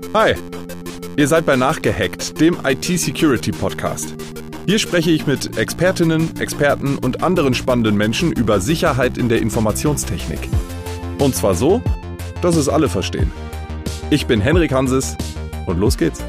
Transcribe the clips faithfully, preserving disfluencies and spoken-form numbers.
Hi, ihr seid bei Nachgehackt, dem I T-Security-Podcast. Hier spreche ich mit Expertinnen, Experten und anderen spannenden Menschen über Sicherheit in der Informationstechnik. Und zwar so, dass es alle verstehen. Ich bin Henrik Hanses und los geht's.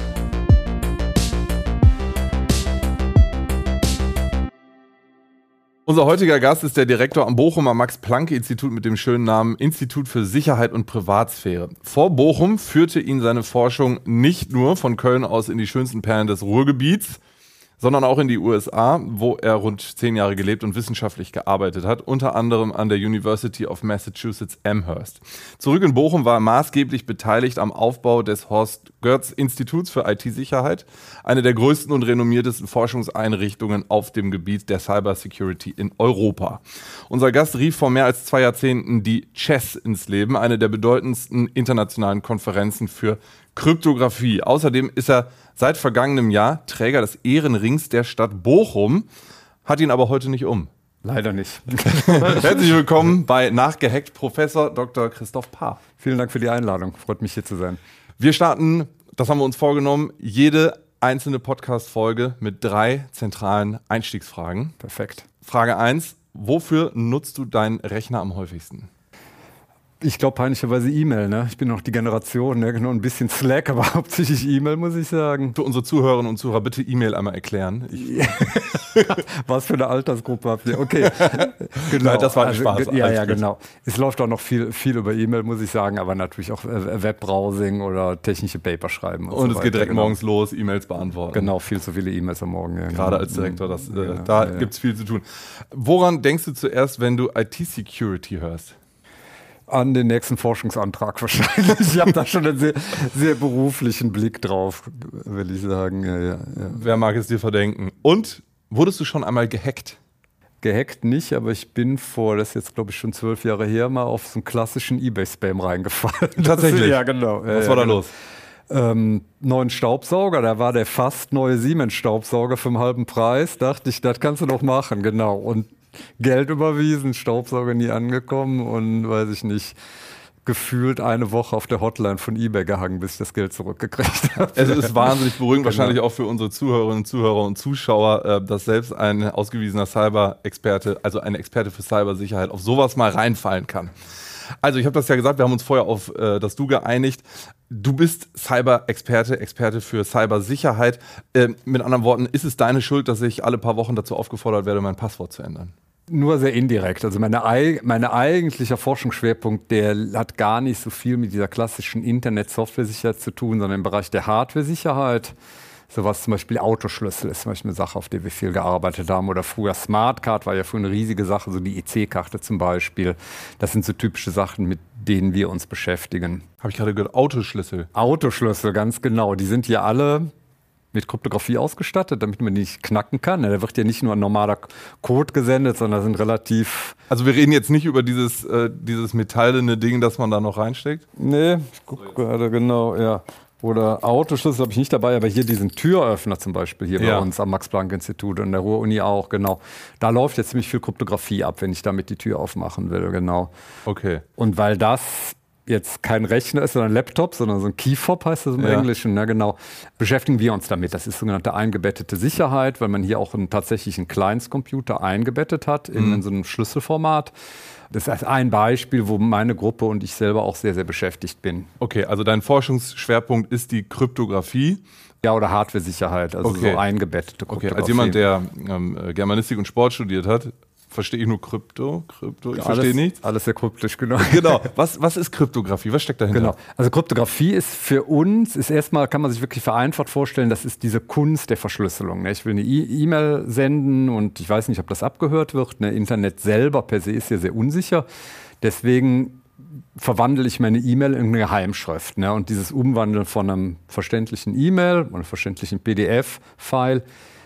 Unser heutiger Gast ist der Direktor am Bochumer Max-Planck-Institut mit dem schönen Namen Institut für Sicherheit und Privatsphäre. Vor Bochum führte ihn seine Forschung nicht nur von Köln aus in die schönsten Perlen des Ruhrgebiets, sondern auch in die U S A, wo er rund zehn Jahre gelebt und wissenschaftlich gearbeitet hat, unter anderem an der University of Massachusetts Amherst. Zurück in Bochum war er maßgeblich beteiligt am Aufbau des Horst-Goertz-Instituts für I T-Sicherheit, eine der größten und renommiertesten Forschungseinrichtungen auf dem Gebiet der Cybersecurity in Europa. Unser Gast rief vor mehr als zwei Jahrzehnten die Chess ins Leben, eine der bedeutendsten internationalen Konferenzen für Kryptographie. Außerdem ist er seit vergangenem Jahr Träger des Ehrenrings der Stadt Bochum, hat ihn aber heute nicht um. Leider nicht. Herzlich willkommen bei Nachgehackt, Professor Doktor Christoph Paar. Vielen Dank für die Einladung. Freut mich, hier zu sein. Wir starten, das haben wir uns vorgenommen, jede einzelne Podcast-Folge mit drei zentralen Einstiegsfragen. Perfekt. Frage eins, wofür nutzt du deinen Rechner am häufigsten? Ich glaube peinlicherweise E-Mail, ne? Ich bin noch die Generation, ne? Genau, ein bisschen Slack, aber hauptsächlich E-Mail, muss ich sagen. Für unsere Zuhörerinnen und Zuhörer bitte E-Mail einmal erklären. Ich Was für eine Altersgruppe habt ihr? Okay, genau. Nein, das war ein also, Spaß. Ja, ja, gut. Genau. Es läuft auch noch viel, viel über E-Mail, muss ich sagen, aber natürlich auch Webbrowsing oder technische Paper schreiben. Und, und und so es geht direkt genau. morgens los, E-Mails beantworten. Genau, viel zu viele E-Mails am Morgen. Ja, Gerade genau. als Direktor, das, äh, ja, da ja, gibt es viel zu tun. Woran denkst du zuerst, wenn du I T-Security hörst? An den nächsten Forschungsantrag wahrscheinlich. Ich habe da schon einen sehr, sehr beruflichen Blick drauf, will ich sagen. Ja, ja, ja. Wer mag es dir verdenken? Und wurdest du schon einmal gehackt? Gehackt nicht, aber ich bin vor, das ist jetzt glaube ich schon zwölf Jahre her, mal auf so einen klassischen eBay-Spam reingefallen. Tatsächlich? Das, ja, genau. Was ja, war da genau. los? Ähm, neuen Staubsauger, da war der fast neue Siemens-Staubsauger für einen halben Preis. Dachte ich, das kannst du doch machen, genau. Und Geld überwiesen, Staubsauger nie angekommen und weiß ich nicht, gefühlt eine Woche auf der Hotline von eBay gehangen, bis ich das Geld zurückgekriegt habe. Es ist wahnsinnig beruhigend, Genau. wahrscheinlich auch für unsere Zuhörerinnen und Zuhörer und Zuschauer, dass selbst ein ausgewiesener Cyber-Experte, also ein Experte für Cybersicherheit, auf sowas mal reinfallen kann. Also ich habe das ja gesagt, wir haben uns vorher auf äh, das Du geeinigt. Du bist Cyber-Experte, Experte für Cybersicherheit. Äh, mit anderen Worten, ist es deine Schuld, dass ich alle paar Wochen dazu aufgefordert werde, mein Passwort zu ändern? Nur sehr indirekt. Also meine, meine eigentlicher Forschungsschwerpunkt, der hat gar nicht so viel mit dieser klassischen Internet-Software-Sicherheit zu tun, sondern im Bereich der Hardware-Sicherheit. Sowas zum Beispiel Autoschlüssel ist zum Beispiel eine Sache, auf der wir viel gearbeitet haben. Oder früher Smartcard war ja früher eine riesige Sache, so die E C-Karte zum Beispiel. Das sind so typische Sachen, mit denen wir uns beschäftigen. Habe ich gerade gehört, Autoschlüssel. Autoschlüssel, ganz genau. Die sind ja alle mit Kryptographie ausgestattet, damit man die nicht knacken kann. Da wird ja nicht nur ein normaler Code gesendet, sondern sind relativ... Also wir reden jetzt nicht über dieses, äh, dieses metallene Ding, das man da noch reinsteckt? Nee, ich gucke gerade genau, ja. Oder Autoschlüssel habe ich nicht dabei, aber hier diesen Türöffner zum Beispiel hier ja. bei uns am Max-Planck-Institut und der Ruhr-Uni auch, genau. Da läuft jetzt ziemlich viel Kryptographie ab, wenn ich damit die Tür aufmachen will, genau. Okay. Und weil das jetzt kein Rechner ist, sondern ein Laptop, sondern so ein Keyfob heißt das im ja. Englischen, ne, genau, beschäftigen wir uns damit. Das ist sogenannte eingebettete Sicherheit, weil man hier auch einen tatsächlichen Clients-Computer eingebettet hat in, mhm. in so einem Schlüsselformat. Das ist ein Beispiel, wo meine Gruppe und ich selber auch sehr, sehr beschäftigt bin. Okay, also dein Forschungsschwerpunkt ist die Kryptographie. Ja, oder Hardware-Sicherheit, also okay. so eingebettete Kryptographie. Okay, als jemand, der ähm, Germanistik und Sport studiert hat, verstehe ich nur Krypto, Krypto, ich ja, verstehe alles, nichts. Alles sehr kryptisch, genau. Genau. Was, was ist Kryptographie? Was steckt dahinter? Genau. Also Kryptographie ist für uns, ist erstmal, kann man sich wirklich vereinfacht vorstellen, das ist diese Kunst der Verschlüsselung. Ne? Ich will eine E-Mail senden und ich weiß nicht, ob das abgehört wird. Ne? Internet selber per se ist ja sehr unsicher. Deswegen verwandle ich meine E-Mail in eine Geheimschrift. Ne? Und dieses Umwandeln von einem verständlichen E-Mail oder einem verständlichen P D F-File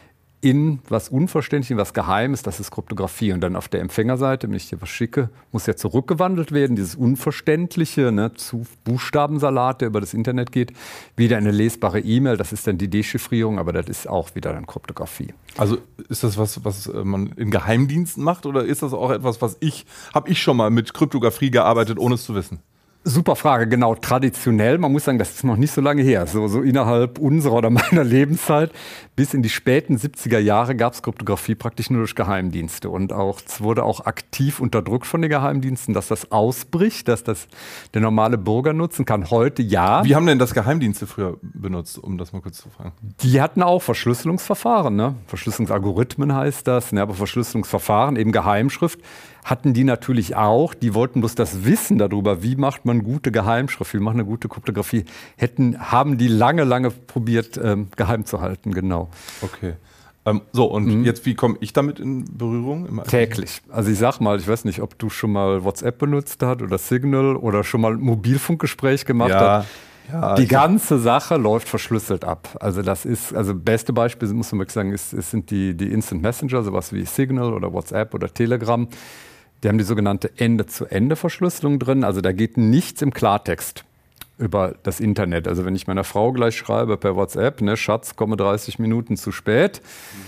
in was Unverständliches, was Geheimes, das ist Kryptographie. Und dann auf der Empfängerseite, wenn ich dir was schicke, muss ja zurückgewandelt werden, dieses Unverständliche, ne, zu Buchstabensalat, der über das Internet geht, wieder eine lesbare E-Mail, das ist dann die Dechiffrierung, aber das ist auch wieder dann Kryptographie. Also ist das was, was man in Geheimdiensten macht oder ist das auch etwas, was ich, habe ich schon mal mit Kryptographie gearbeitet, ohne es zu wissen? Super Frage, genau. Traditionell, man muss sagen, das ist noch nicht so lange her. So, so innerhalb unserer oder meiner Lebenszeit bis in die späten siebziger Jahre gab es Kryptographie praktisch nur durch Geheimdienste. Und auch, es wurde auch aktiv unterdrückt von den Geheimdiensten, dass das ausbricht, dass das der normale Bürger nutzen kann. Heute ja. Wie haben denn das Geheimdienste früher benutzt, um das mal kurz zu fragen? Die hatten auch Verschlüsselungsverfahren, ne? Verschlüsselungsalgorithmen heißt das, ne? Aber Verschlüsselungsverfahren, eben Geheimschrift, hatten die natürlich auch. Die wollten bloß das Wissen darüber, wie macht man gute Geheimschrift, wie macht man eine gute Kryptographie, hätten, haben die lange, lange probiert, ähm, geheim zu halten, genau. Okay. Ähm, so, und mhm. jetzt, wie komme ich damit in Berührung? Im Täglich. Also ich sag mal, ich weiß nicht, ob du schon mal WhatsApp benutzt hast oder Signal oder schon mal ein Mobilfunkgespräch gemacht ja. hast. Ja, die ganze Sache läuft verschlüsselt ab. Also das ist, also beste Beispiel, muss man wirklich sagen, ist, ist, sind die, die Instant Messenger, sowas wie Signal oder WhatsApp oder Telegram. Die haben die sogenannte Ende-zu-Ende-Verschlüsselung drin. Also da geht nichts im Klartext über das Internet. Also wenn ich meiner Frau gleich schreibe per WhatsApp, ne, Schatz, komme dreißig Minuten zu spät,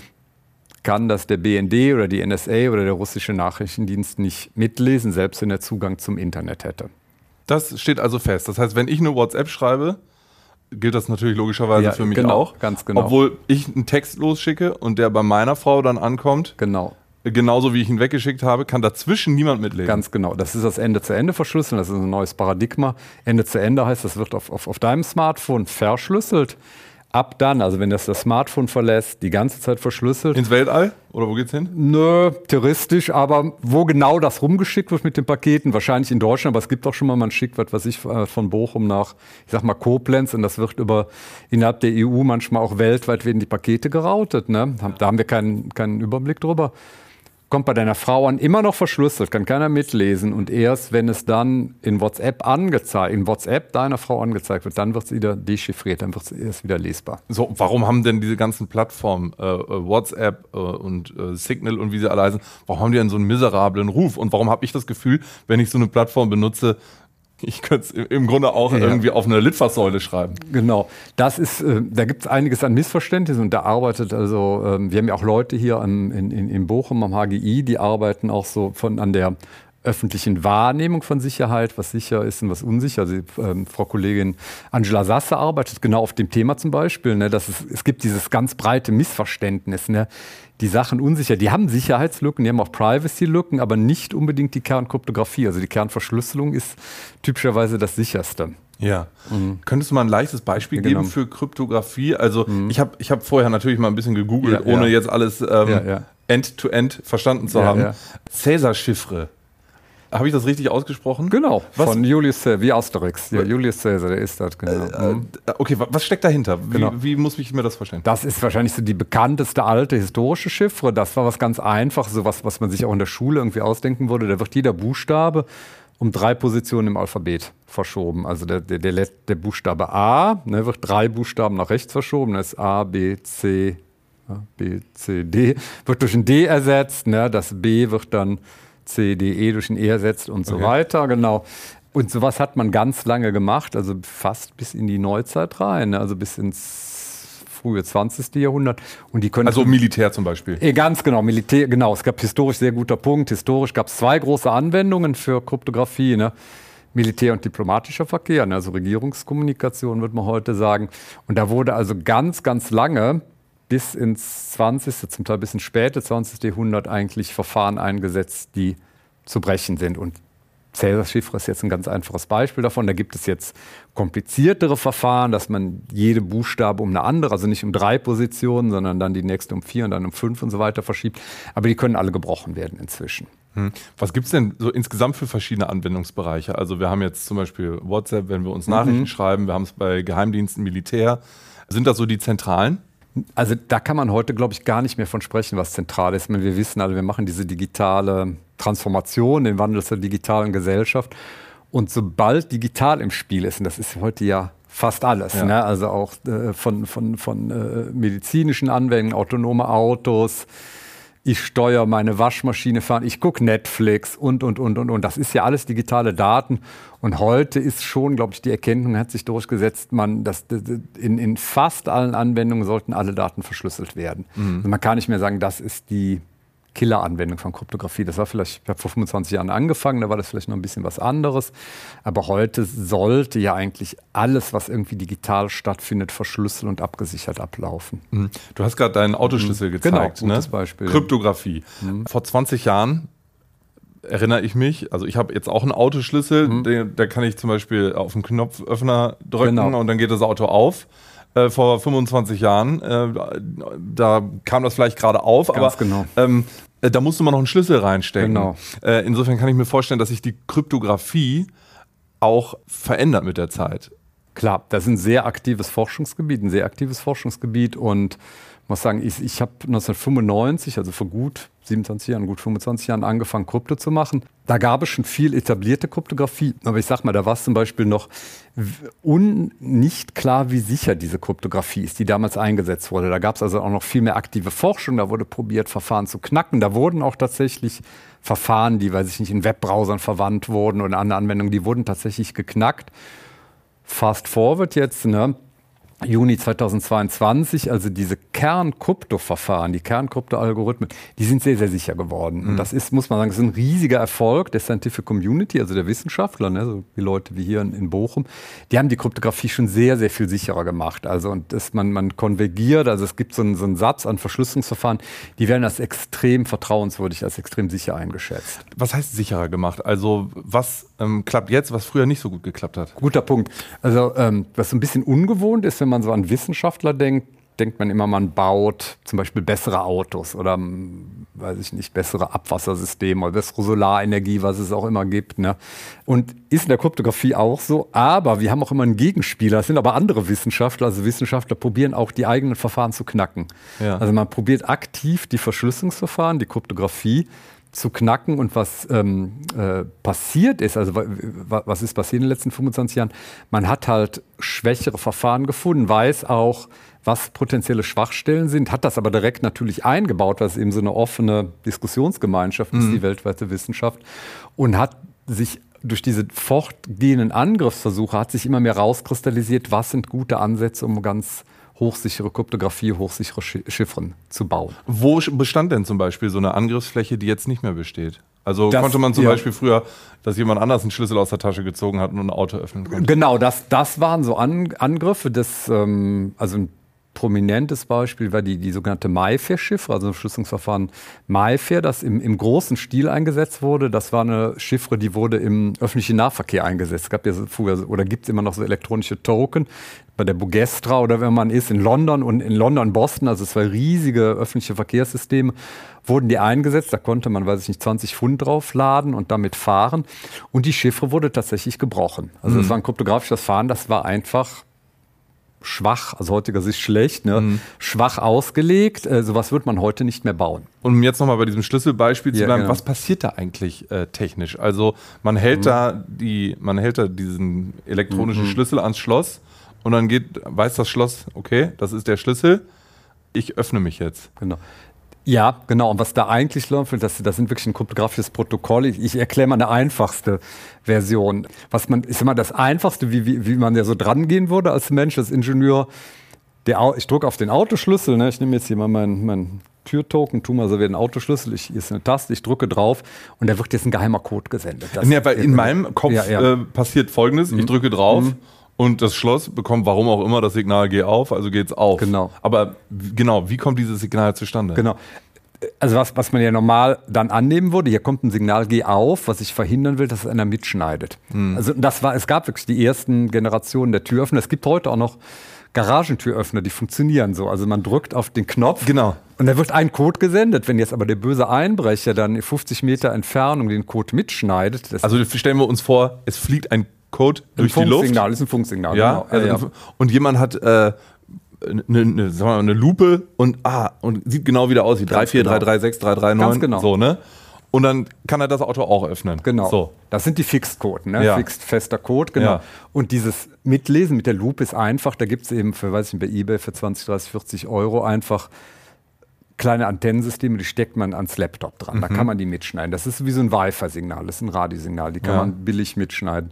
kann das der B N D oder die N S A oder der russische Nachrichtendienst nicht mitlesen, selbst wenn er Zugang zum Internet hätte. Das steht also fest. Das heißt, wenn ich eine WhatsApp schreibe, gilt das natürlich logischerweise ja, für mich genau, auch. Ganz genau. Obwohl ich einen Text losschicke und der bei meiner Frau dann ankommt. Genau. Genauso wie ich ihn weggeschickt habe, kann dazwischen niemand mitlesen. Ganz genau. Das ist das Ende-zu-Ende-Verschlüsseln. Das ist ein neues Paradigma. Ende-zu-Ende heißt, das wird auf, auf, auf deinem Smartphone verschlüsselt. Ab dann, also wenn das das Smartphone verlässt, die ganze Zeit verschlüsselt. Ins Weltall? Oder wo geht's hin? Nö, theoretisch, aber wo genau das rumgeschickt wird mit den Paketen, wahrscheinlich in Deutschland, aber es gibt auch schon mal, man schickt was weiß ich, von Bochum nach, ich sag mal, Koblenz und das wird über, innerhalb der E U, manchmal auch weltweit werden die Pakete geroutet, ne? Da haben wir keinen, keinen Überblick drüber. Kommt bei deiner Frau an, immer noch verschlüsselt, kann keiner mitlesen. Und erst wenn es dann in WhatsApp angezeigt, in WhatsApp deiner Frau angezeigt wird, dann wird es wieder dechiffriert, dann wird es erst wieder lesbar. So, warum haben denn diese ganzen Plattformen, äh, WhatsApp äh, und äh, Signal und wie sie alle heißen, warum haben die denn so einen miserablen Ruf? Und warum habe ich das Gefühl, wenn ich so eine Plattform benutze, ich könnte es im Grunde auch ja. irgendwie auf eine Litfaßsäule schreiben. Genau, das ist, äh, da gibt es einiges an Missverständnissen und da arbeitet also, ähm, wir haben ja auch Leute hier am, in, in, in Bochum am H G I, die arbeiten auch so von an der öffentlichen Wahrnehmung von Sicherheit, was sicher ist und was unsicher. Also ähm, Frau Kollegin Angela Sasse arbeitet genau auf dem Thema zum Beispiel, ne, dass es, es gibt dieses ganz breite Missverständnis, ne, die Sachen unsicher, die haben Sicherheitslücken, die haben auch Privacy-Lücken, aber nicht unbedingt die Kernkryptographie. Also die Kernverschlüsselung ist typischerweise das sicherste. Ja. Mhm. Könntest du mal ein leichtes Beispiel genau. geben für Kryptographie? Also mhm. ich habe ich hab vorher natürlich mal ein bisschen gegoogelt, ja, ohne ja. jetzt alles ähm, ja, ja. end-to-end verstanden zu ja, haben. Ja. Cäsar-Chiffre. Habe ich das richtig ausgesprochen? Genau, was? Von Julius Caesar, wie Asterix. Ja, Julius Caesar, der ist das, genau. Äh, okay, was steckt dahinter? Wie, genau. wie muss ich mir das vorstellen? Das ist wahrscheinlich so die bekannteste alte historische Chiffre. Das war was ganz Einfaches, so was, was man sich auch in der Schule irgendwie ausdenken würde. Da wird jeder Buchstabe um drei Positionen im Alphabet verschoben. Also der, der, der, der Buchstabe A, ne, wird drei Buchstaben nach rechts verschoben. Das ist A, B, C, B, C, D. Wird durch ein D ersetzt. Ne, das B wird dann C, D, E durch ein E ersetzt und so okay. weiter, genau. Und sowas hat man ganz lange gemacht, also fast bis in die Neuzeit rein, also bis ins frühe zwanzigste Jahrhundert. Und die können also Militär zum Beispiel? Eh, ganz genau, Militär, genau. Es gab historisch sehr guter Punkt. Historisch gab es zwei große Anwendungen für Kryptographie, ne? Militär- und diplomatischer Verkehr, ne? Also Regierungskommunikation, würde man heute sagen. Und da wurde also ganz, ganz lange bis ins zwanzigste, zum Teil bis ins späte zwanzigste Jahrhundert eigentlich Verfahren eingesetzt, die zu brechen sind. Und Cäsar-Chiffre ist jetzt ein ganz einfaches Beispiel davon. Da gibt es jetzt kompliziertere Verfahren, dass man jede Buchstabe um eine andere, also nicht um drei Positionen, sondern dann die nächste um vier und dann um fünf und so weiter verschiebt. Aber die können alle gebrochen werden inzwischen. Hm. Was gibt es denn so insgesamt für verschiedene Anwendungsbereiche? Also wir haben jetzt zum Beispiel WhatsApp, wenn wir uns Nachrichten mhm. schreiben, wir haben es bei Geheimdiensten, Militär. Sind das so die zentralen? Also da kann man heute, glaube ich, gar nicht mehr von sprechen, was zentral ist. Wir wissen alle, wir machen diese digitale Transformation, den Wandel zur digitalen Gesellschaft. Und sobald digital im Spiel ist, und das ist heute ja fast alles, ja. ne? Also auch äh, von, von, von äh, medizinischen Anwendungen, autonome Autos, ich steuere meine Waschmaschine fahren, ich gucke Netflix und, und, und, und, und. Das ist ja alles digitale Daten. Und heute ist schon, glaube ich, die Erkenntnis hat sich durchgesetzt, man, dass in, in fast allen Anwendungen sollten alle Daten verschlüsselt werden. Mhm. Also man kann nicht mehr sagen, das ist die Killer-Anwendung von Kryptographie. Das war vielleicht, ich habe vor fünfundzwanzig Jahren angefangen, da war das vielleicht noch ein bisschen was anderes. Aber heute sollte ja eigentlich alles, was irgendwie digital stattfindet, verschlüsselt und abgesichert ablaufen. Mhm. Du hast gerade deinen Autoschlüssel mhm. gezeigt. Genau, gutes ne? Beispiel. Kryptographie. Mhm. Vor zwanzig Jahren erinnere ich mich, also ich habe jetzt auch einen Autoschlüssel, mhm. den, da kann ich zum Beispiel auf den Knopföffner drücken genau. und dann geht das Auto auf. Äh, vor fünfundzwanzig Jahren, äh, da kam das vielleicht gerade auf, Ganz aber genau. ähm, äh, da musste man noch einen Schlüssel reinstecken. Genau. Äh, insofern kann ich mir vorstellen, dass sich die Kryptographie auch verändert mit der Zeit. Klar, das ist ein sehr aktives Forschungsgebiet, ein sehr aktives Forschungsgebiet und ich muss sagen, ich, ich habe neunzehnhundertfünfundneunzig, also vor gut siebenundzwanzig Jahren, gut fünfundzwanzig Jahren angefangen, Krypto zu machen. Da gab es schon viel etablierte Kryptographie, aber ich sag mal, da war es zum Beispiel noch un nicht klar, wie sicher diese Kryptographie ist, die damals eingesetzt wurde. Da gab es also auch noch viel mehr aktive Forschung, da wurde probiert, Verfahren zu knacken. Da wurden auch tatsächlich Verfahren, die, weiß ich nicht, in Webbrowsern verwandt wurden oder andere Anwendungen, die wurden tatsächlich geknackt. Fast forward jetzt, ne? Juni zweitausendzweiundzwanzig, also diese Kernkrypto-Verfahren, die Kernkrypto-Algorithmen, die sind sehr, sehr sicher geworden. Mhm. Und das ist, muss man sagen, das ist ein riesiger Erfolg der Scientific Community, also der Wissenschaftler, ne, so wie Leute wie hier in, in Bochum. Die haben die Kryptographie schon sehr, sehr viel sicherer gemacht. Also und das, man, man konvergiert, also es gibt so einen, so einen Satz an Verschlüsselungsverfahren, die werden als extrem vertrauenswürdig, als extrem sicher eingeschätzt. Was heißt sicherer gemacht? Also was ähm, klappt jetzt, was früher nicht so gut geklappt hat? Guter Punkt. Also ähm, was so ein bisschen ungewohnt ist, wenn man so an Wissenschaftler denkt, denkt man immer, man baut zum Beispiel bessere Autos oder, weiß ich nicht, bessere Abwassersysteme oder bessere Solarenergie, was es auch immer gibt. Ne? Und ist in der Kryptographie auch so. Aber wir haben auch immer einen Gegenspieler. Das sind aber andere Wissenschaftler. Also Wissenschaftler probieren auch, die eigenen Verfahren zu knacken. Ja. Also man probiert aktiv die Verschlüsselungsverfahren, die Kryptographie zu knacken. Und was ähm, äh, passiert ist, also was ist passiert in den letzten fünfundzwanzig Jahren? Man hat halt schwächere Verfahren gefunden, weiß auch, was potenzielle Schwachstellen sind, hat das aber direkt natürlich eingebaut, weil es eben so eine offene Diskussionsgemeinschaft ist, mhm. die weltweite Wissenschaft, und hat sich durch diese fortgehenden Angriffsversuche hat sich immer mehr rauskristallisiert, was sind gute Ansätze, um ganz hochsichere Kryptographie, hochsichere Chiffren zu bauen. Wo bestand denn zum Beispiel so eine Angriffsfläche, die jetzt nicht mehr besteht? Also das, konnte man zum ja. Beispiel früher, dass jemand anders einen Schlüssel aus der Tasche gezogen hat und ein Auto öffnen konnte? Genau, das, das waren so An Angriffe, das, ähm, also ein prominentes Beispiel war die, die sogenannte MyFair-Chiffre, also ein Verschlüsselungsverfahren MyFair, das im, im großen Stil eingesetzt wurde. Das war eine Chiffre, die wurde im öffentlichen Nahverkehr eingesetzt. Es gab ja so früher, oder gibt es immer noch so elektronische Token bei der Bugestra oder wenn man ist in London und in London, Boston, also zwei riesige öffentliche Verkehrssysteme, wurden die eingesetzt. Da konnte man, weiß ich nicht, zwanzig Pfund draufladen und damit fahren. Und die Chiffre wurde tatsächlich gebrochen. Also das mhm. war ein kryptografisches Verfahren, das war einfach schwach, aus heutiger Sicht schlecht, ne? mhm. schwach ausgelegt. Äh, sowas wird man heute nicht mehr bauen. Um jetzt nochmal bei diesem Schlüsselbeispiel zu ja, bleiben, genau. was passiert da eigentlich äh, technisch? Also man hält, mhm. da die, man hält da diesen elektronischen mhm. Schlüssel ans Schloss und dann geht, weiß das Schloss, okay, das ist der Schlüssel, ich öffne mich jetzt. Genau. Ja, genau. Und was da eigentlich läuft, das, das sind wirklich ein kryptografisches Protokoll. Ich, ich erkläre mal eine einfachste Version. Was man, ist immer das Einfachste, wie, wie, wie man ja so dran gehen würde als Mensch, als Ingenieur. Der, ich drücke auf den Autoschlüssel. Ne? Ich nehme jetzt hier mal meinen, meinen Türtoken, tue mal so wie ein Autoschlüssel. Ich, hier ist eine Taste, ich drücke drauf und da wird jetzt ein geheimer Code gesendet. Das, ja, weil in ja, meinem Kopf ja, ja. Äh, passiert Folgendes. Mhm. Ich drücke drauf. Mhm. Und das Schloss bekommt, warum auch immer, das Signal geh auf, also geht's auf. Genau. Aber genau, wie kommt dieses Signal zustande? Genau. Also was, was man ja normal dann annehmen würde, hier kommt ein Signal, geh auf, was ich verhindern will, dass einer mitschneidet. Hm. Also das war, es gab wirklich die ersten Generationen der Türöffner. Es gibt heute auch noch Garagentüröffner, die funktionieren so. Also man drückt auf den Knopf genau. und da wird ein Code gesendet. Wenn jetzt aber der böse Einbrecher dann fünfzig Meter Entfernung den Code mitschneidet. Das also stellen wir uns vor, es fliegt ein Code durch die Luft. Ein Funksignal, ist ein Funksignal. Ja, genau. also ja, ja. Und jemand hat äh, eine, eine, sagen wir mal, eine Lupe und, ah, und sieht genau wieder aus wie drei vier, drei drei sechs, drei drei neun. Ganz genau. So, ne? Und dann kann er das Auto auch öffnen. Genau. So. Das sind die Fixed-Code, ne? Ja. Fixed, fester Code, genau. Ja. Und dieses Mitlesen mit der Lupe ist einfach. Da gibt es eben für, weiß ich nicht, bei eBay für zwanzig, dreißig, vierzig Euro einfach kleine Antennensysteme, die steckt man ans Laptop dran. Mhm. Da kann man die mitschneiden. Das ist wie so ein Wi-Fi-Signal, das ist ein Radiosignal. Die kann ja. man billig mitschneiden.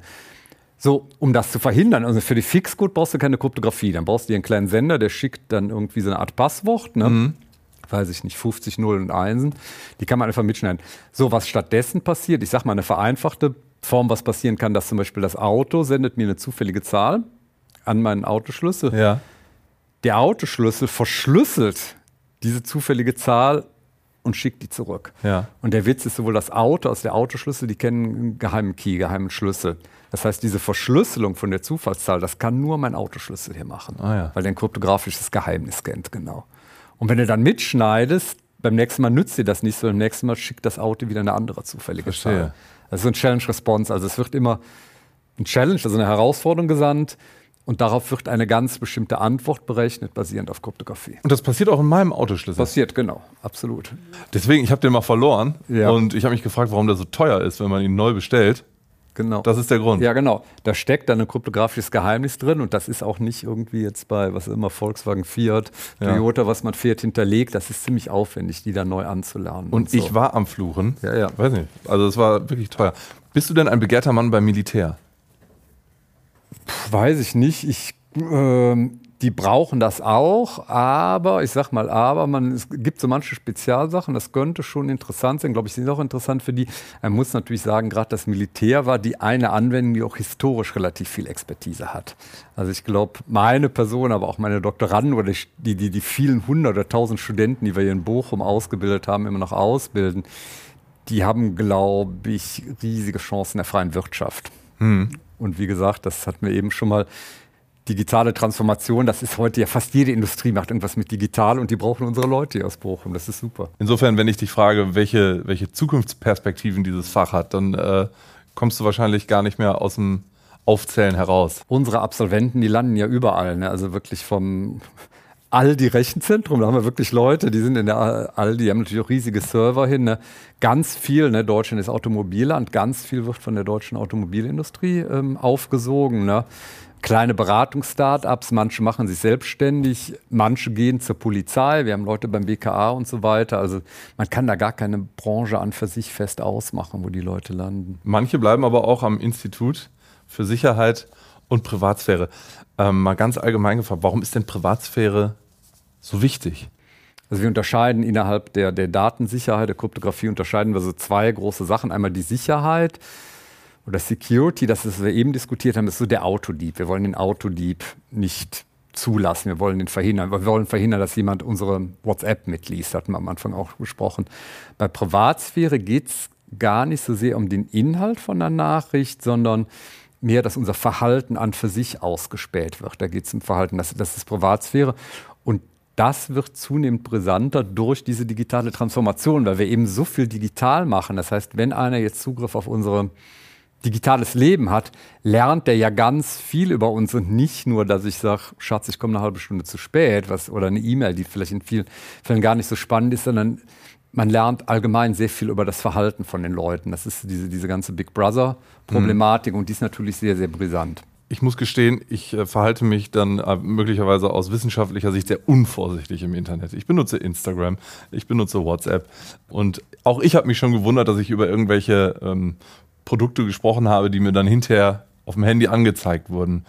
So, um das zu verhindern, also für die Fixcode brauchst du keine Kryptographie. Dann brauchst du dir einen kleinen Sender, der schickt dann irgendwie so eine Art Passwort, ne? Mhm. weiß ich nicht, fünfzig Nullen und Einsen. Die kann man einfach mitschneiden. So, was stattdessen passiert, ich sage mal eine vereinfachte Form, was passieren kann, dass zum Beispiel das Auto sendet mir eine zufällige Zahl an meinen Autoschlüssel. Ja. Der Autoschlüssel verschlüsselt diese zufällige Zahl und schickt die zurück. Ja. Und der Witz ist sowohl das Auto als der Autoschlüssel, die kennen einen geheimen Key, geheimen Schlüssel. Das heißt, diese Verschlüsselung von der Zufallszahl, das kann nur mein Autoschlüssel hier machen, Ah, ja. weil der ein kryptografisches Geheimnis kennt, genau. Und wenn du dann mitschneidest, beim nächsten Mal nützt dir das nicht, sondern beim nächsten Mal schickt das Auto wieder eine andere zufällige Verstehe. Zahl. Das ist so ein Challenge-Response. Also es wird immer ein Challenge, also eine Herausforderung gesandt und darauf wird eine ganz bestimmte Antwort berechnet, basierend auf Kryptographie. Und das passiert auch in meinem Autoschlüssel. Passiert, genau, absolut. Deswegen, ich habe den mal verloren Ja. und ich habe mich gefragt, warum der so teuer ist, wenn man ihn neu bestellt. Genau. Das ist der Grund. Ja, genau. Da steckt dann ein kryptografisches Geheimnis drin und das ist auch nicht irgendwie jetzt bei, was immer, Volkswagen, Fiat, Ja. Toyota, was man Fiat hinterlegt. Das ist ziemlich aufwendig, die dann neu anzulernen. Und so. ich war am Fluchen. Ja, ja. Weiß nicht. Also es war wirklich teuer. Bist du denn ein begehrter Mann beim Militär? Weiß ich nicht. Ich, ähm, die brauchen das auch, aber, ich sag mal, aber, man, es gibt so manche Spezialsachen, das könnte schon interessant sein, glaube ich, sind auch interessant für die. Man muss natürlich sagen, gerade das Militär war die eine Anwendung, die auch historisch relativ viel Expertise hat. Also ich glaube, meine Person, aber auch meine Doktoranden oder die, die, die vielen hundert oder tausend Studenten, die wir hier in Bochum ausgebildet haben, immer noch ausbilden, die haben, glaube ich, riesige Chancen in der freien Wirtschaft. Hm. Und wie gesagt, das hatten wir eben schon mal, digitale Transformation, das ist heute ja fast jede Industrie macht irgendwas mit digital und die brauchen unsere Leute hier aus Bochum. Das ist super. Insofern, wenn ich dich frage, welche, welche Zukunftsperspektiven dieses Fach hat, dann äh, kommst du wahrscheinlich gar nicht mehr aus dem Aufzählen heraus. Unsere Absolventen, die landen ja überall, ne? Also wirklich vom Aldi Rechenzentrum, da haben wir wirklich Leute, die sind in der Aldi, die haben natürlich auch riesige Server hin. Ne? Ganz viel, ne? Deutschland ist Automobilland, ganz viel wird von der deutschen Automobilindustrie ähm, aufgesogen. Ne? Kleine Beratungs-Startups, manche machen sich selbstständig, manche gehen zur Polizei, wir haben Leute beim B K A und so weiter. Also man kann da gar keine Branche an für sich fest ausmachen, wo die Leute landen. Manche bleiben aber auch am Institut für Sicherheit und Privatsphäre. Ähm, mal ganz allgemein gefragt, warum ist denn Privatsphäre so wichtig? Also wir unterscheiden innerhalb der, der Datensicherheit, der Kryptographie, unterscheiden wir so zwei große Sachen. Einmal die Sicherheit oder Security, das ist, was wir eben diskutiert haben, ist so der Autodieb. Wir wollen den Autodieb nicht zulassen, wir wollen den verhindern. Wir wollen verhindern, dass jemand unsere WhatsApp mitliest, hatten wir am Anfang auch besprochen. Bei Privatsphäre geht es gar nicht so sehr um den Inhalt von der Nachricht, sondern mehr, dass unser Verhalten an für sich ausgespäht wird. Da geht es um Verhalten, das, das ist Privatsphäre. Und das wird zunehmend brisanter durch diese digitale Transformation, weil wir eben so viel digital machen. Das heißt, wenn einer jetzt Zugriff auf unsere digitales Leben hat, lernt der ja ganz viel über uns und nicht nur, dass ich sage, Schatz, ich komme eine halbe Stunde zu spät, was, oder eine E-Mail, die vielleicht in vielen Fällen gar nicht so spannend ist, sondern man lernt allgemein sehr viel über das Verhalten von den Leuten. Das ist diese, diese ganze Big Brother-Problematik mhm. und die ist natürlich sehr, sehr brisant. Ich muss gestehen, ich äh, verhalte mich dann äh, möglicherweise aus wissenschaftlicher Sicht sehr unvorsichtig im Internet. Ich benutze Instagram, ich benutze WhatsApp und auch ich habe mich schon gewundert, dass ich über irgendwelche ähm, Produkte gesprochen habe, die mir dann hinterher auf dem Handy angezeigt wurden.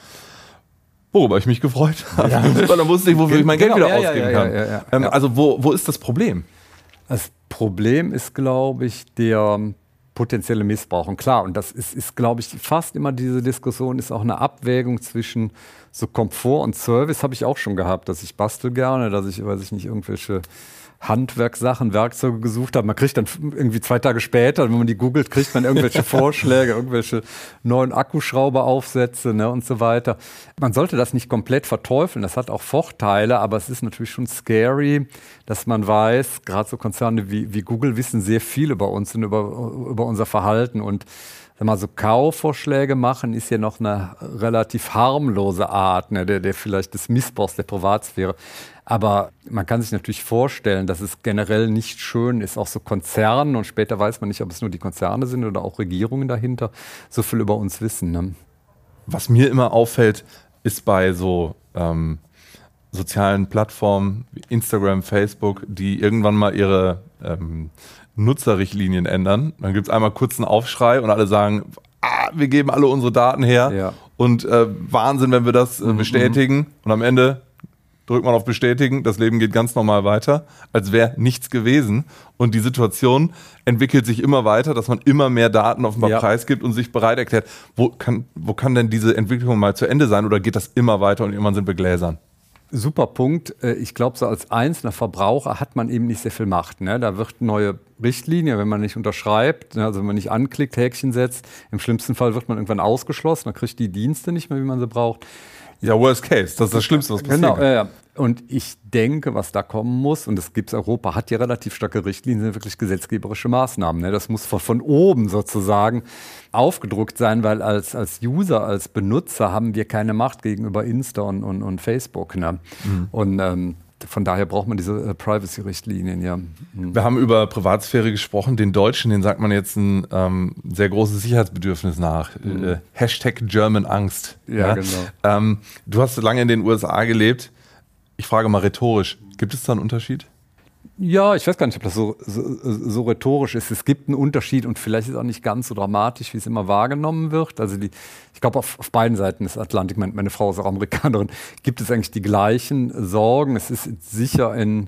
Worüber ich mich gefreut habe. Ja. Weil dann wusste ich, wofür ich mein genau, Geld wieder ja, ausgeben ja, kann. Ja, ja, ja, ähm, ja. Also wo, wo ist das Problem? Das Problem ist, glaube ich, der potenzielle Missbrauch. Und klar, und das ist, ist, glaube ich, fast immer diese Diskussion, ist auch eine Abwägung zwischen so Komfort und Service, habe ich auch schon gehabt, dass ich bastel gerne, dass ich, weiß ich nicht, irgendwelche Handwerkssachen, Werkzeuge gesucht habe. Man kriegt dann irgendwie zwei Tage später, wenn man die googelt, kriegt man irgendwelche Vorschläge, irgendwelche neuen Akkuschrauberaufsätze, ne, und so weiter. Man sollte das nicht komplett verteufeln, das hat auch Vorteile, aber es ist natürlich schon scary, dass man weiß, gerade so Konzerne wie, wie Google wissen sehr viel über uns und über, über unser Verhalten und sag mal, so Kaufvorschläge machen ist ja noch eine relativ harmlose Art, ne, der, der vielleicht des Missbrauchs der Privatsphäre. Aber man kann sich natürlich vorstellen, dass es generell nicht schön ist, auch so Konzernen, und später weiß man nicht, ob es nur die Konzerne sind oder auch Regierungen dahinter, so viel über uns wissen. Ne? Was mir immer auffällt, ist bei so ähm, sozialen Plattformen wie Instagram, Facebook, die irgendwann mal ihre ähm, Nutzerrichtlinien ändern. Dann gibt es einmal kurz einen Aufschrei und alle sagen, ah, wir geben alle unsere Daten her, ja. und äh, Wahnsinn, wenn wir das äh, bestätigen. Mhm. Und am Ende drückt man auf Bestätigen, das Leben geht ganz normal weiter, als wäre nichts gewesen. Und die Situation entwickelt sich immer weiter, dass man immer mehr Daten offenbar Ja. preisgibt und sich bereit erklärt. Wo kann, wo kann denn diese Entwicklung mal zu Ende sein oder geht das immer weiter und irgendwann sind wir gläsern? Super Punkt. Ich glaube, so als einzelner Verbraucher hat man eben nicht sehr viel Macht. Ne? Da wird neue Richtlinie, wenn man nicht unterschreibt, also wenn man nicht anklickt, Häkchen setzt, im schlimmsten Fall wird man irgendwann ausgeschlossen, dann kriegt die Dienste nicht mehr, wie man sie braucht. Ja, worst case, das ist das Schlimmste, was passiert. Genau, ja, ja. Und ich denke, was da kommen muss, und das gibt's, Europa hat ja relativ starke Richtlinien, sind wirklich gesetzgeberische Maßnahmen. Ne? Das muss von, von oben sozusagen aufgedruckt sein, weil als, als User, als Benutzer haben wir keine Macht gegenüber Insta und, und, und Facebook. Ne? Mhm. Und ähm, von daher braucht man diese äh, Privacy-Richtlinien, ja. Mhm. Wir haben über Privatsphäre gesprochen. Den Deutschen, den sagt man jetzt ein ähm, sehr großes Sicherheitsbedürfnis nach. Mhm. Äh, Hashtag German Angst. Ja, ja? genau. Ähm, du hast lange in den U S A gelebt. Ich frage mal rhetorisch, gibt es da einen Unterschied? Ja, ich weiß gar nicht, ob das so, so, so rhetorisch ist. Es gibt einen Unterschied und vielleicht ist es auch nicht ganz so dramatisch, wie es immer wahrgenommen wird. Also die, ich glaube, auf, auf beiden Seiten des Atlantik, meine, meine Frau ist auch Amerikanerin, gibt es eigentlich die gleichen Sorgen. Es ist sicher in,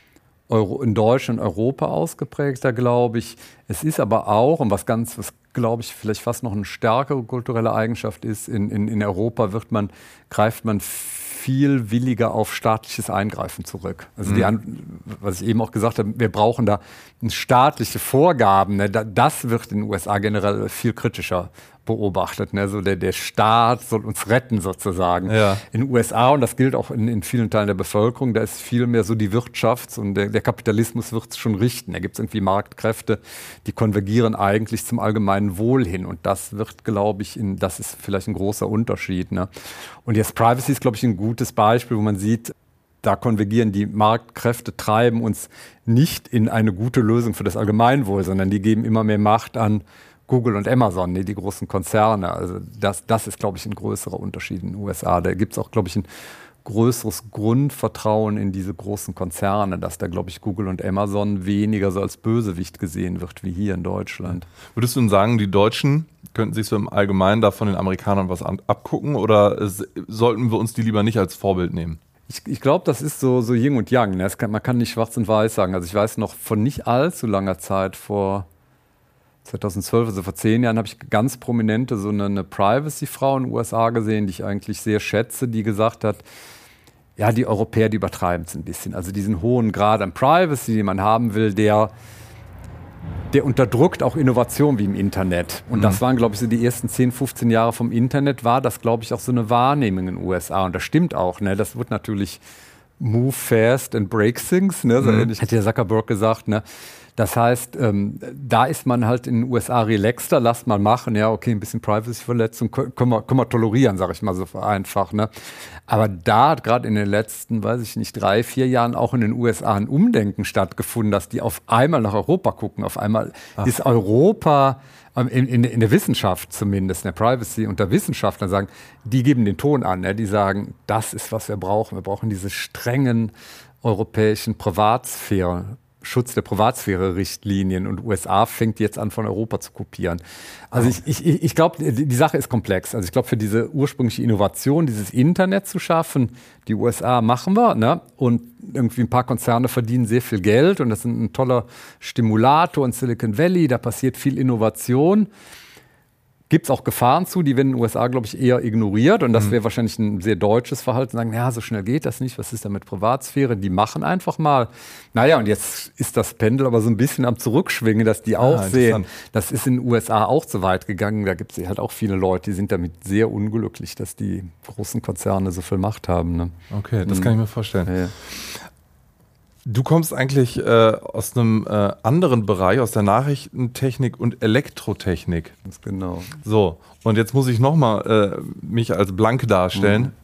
Euro, in Deutschland und Europa ausgeprägter, glaube ich. Es ist aber auch, und was ganz, was glaube ich vielleicht fast noch eine stärkere kulturelle Eigenschaft ist, in, in, in Europa wird man, greift man viel williger auf staatliches Eingreifen zurück. Also die, was ich eben auch gesagt habe, wir brauchen da staatliche Vorgaben. Ne? Das wird in den U S A generell viel kritischer beobachtet. Ne? So der, der Staat soll uns retten sozusagen. Ja. In den U S A, und das gilt auch in, in vielen Teilen der Bevölkerung, da ist viel mehr so die Wirtschafts- und der, der Kapitalismus wird es schon richten. Da gibt es irgendwie Marktkräfte, die konvergieren eigentlich zum allgemeinen Wohl hin. Und das wird, glaube ich, in, das ist vielleicht ein großer Unterschied. Ne? Und jetzt Privacy ist, glaube ich, ein gutes Beispiel, wo man sieht, da konvergieren die Marktkräfte, treiben uns nicht in eine gute Lösung für das Allgemeinwohl, sondern die geben immer mehr Macht an Google und Amazon, ne, die großen Konzerne. Also das, das ist, glaube ich, ein größerer Unterschied in den U S A. Da gibt es auch, glaube ich, ein größeres Grundvertrauen in diese großen Konzerne, dass da, glaube ich, Google und Amazon weniger so als Bösewicht gesehen wird, wie hier in Deutschland. Würdest du denn sagen, die Deutschen könnten sich so im Allgemeinen da von den Amerikanern was an, abgucken oder es, sollten wir uns die lieber nicht als Vorbild nehmen? Ich, ich glaube, das ist so, so Yin und Yang. Ne? Kann, man kann nicht schwarz und weiß sagen. Also ich weiß noch von nicht allzu langer Zeit, vor zweitausendzwölf, also vor zehn Jahren, habe ich ganz prominente so eine, eine Privacy-Frau in den U S A gesehen, die ich eigentlich sehr schätze, die gesagt hat, ja, die Europäer, die übertreiben es ein bisschen. Also diesen hohen Grad an Privacy, den man haben will, der, der unterdrückt auch Innovation wie im Internet. Und mhm. das waren, glaube ich, so die ersten zehn, fünfzehn Jahre vom Internet, war das, glaube ich, auch so eine Wahrnehmung in den U S A. Und das stimmt auch. Ne? Das wird natürlich move fast and break things. Ne? So mhm. ähnlich hat ja Zuckerberg gesagt, ne? Das heißt, ähm, da ist man halt in den U S A relaxter, lasst mal machen, ja, okay, ein bisschen Privacy-Verletzung können wir, können wir tolerieren, sage ich mal so einfach. Ne? Aber da hat gerade in den letzten, weiß ich nicht, drei, vier Jahren auch in den U S A ein Umdenken stattgefunden, dass die auf einmal nach Europa gucken. Auf einmal Ach. ist Europa, in, in, in der Wissenschaft zumindest, in der Privacy unter Wissenschaftlern sagen, die geben den Ton an, ne? Die sagen, das ist, was wir brauchen. Wir brauchen diese strengen europäischen Privatsphäre. Schutz der Privatsphäre-Richtlinien und U S A fängt jetzt an, von Europa zu kopieren. Also ich, ich, ich glaube, die, die Sache ist komplex. Also ich glaube, für diese ursprüngliche Innovation, dieses Internet zu schaffen, die U S A machen wir, ne? Und irgendwie ein paar Konzerne verdienen sehr viel Geld und das ist ein toller Stimulator in Silicon Valley, da passiert viel Innovation. Gibt es auch Gefahren zu, die werden in den U S A, glaube ich, eher ignoriert. Und das wäre wahrscheinlich ein sehr deutsches Verhalten. Sagen, ja, so schnell geht das nicht. Was ist da mit Privatsphäre? Die machen einfach mal. Naja, und jetzt ist das Pendel aber so ein bisschen am Zurückschwingen, dass die auch ah, sehen, das ist in den U S A auch zu weit gegangen. Da gibt es halt auch viele Leute, die sind damit sehr unglücklich, dass die großen Konzerne so viel Macht haben. Ne? Okay, das mhm. kann ich mir vorstellen. Ja. Du kommst eigentlich äh, aus einem äh, anderen Bereich, aus der Nachrichtentechnik und Elektrotechnik. Ganz genau. So, und jetzt muss ich nochmal äh, mich als blank darstellen. Mhm.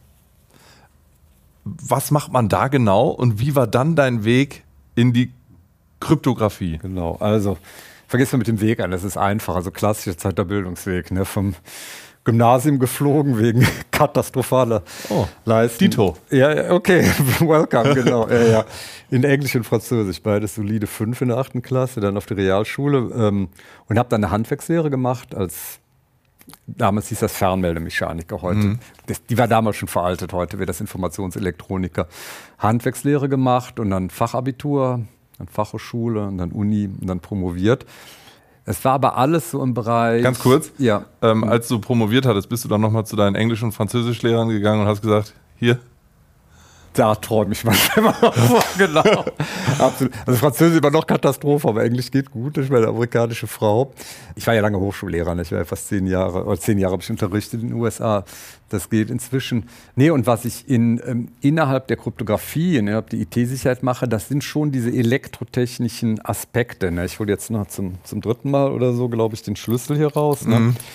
Was macht man da genau und wie war dann dein Weg in die Kryptographie? Genau, also vergiss mal mit dem Weg an, das ist einfach, also klassischer Zeiterbildungsweg, ne, vom Gymnasium geflogen wegen katastrophaler oh, Leistung. Dito. Ja, okay, welcome, genau. ja, ja. In Englisch und Französisch, beides solide fünf in der achten Klasse, dann auf die Realschule ähm, und habe dann eine Handwerkslehre gemacht als damals hieß das Fernmeldemechaniker, heute. Mhm. Das, die war damals schon veraltet, heute wird das Informationselektroniker. Handwerkslehre gemacht und dann Fachabitur, dann Fachhochschule und dann Uni und dann promoviert. Es war aber alles so im Bereich... Ganz kurz, ja. ähm, als du promoviert hattest, bist du dann nochmal zu deinen Englisch- und Französischlehrern gegangen und hast gesagt, hier... Da träume ich manchmal noch vor, genau. Absolut. Also Französisch war noch Katastrophe, aber Englisch geht gut. Ich bin eine amerikanische Frau. Ich war ja lange Hochschullehrer, ne? Ich war ja fast zehn Jahre, oder zehn Jahre habe ich unterrichtet in den U S A. Das geht inzwischen. Nee, und was ich in, ähm, innerhalb der Kryptographie, innerhalb der I T-Sicherheit mache, das sind schon diese elektrotechnischen Aspekte. Ne? Ich hole jetzt noch zum, zum dritten Mal oder so, glaube ich, den Schlüssel hier raus. Ne? Mhm.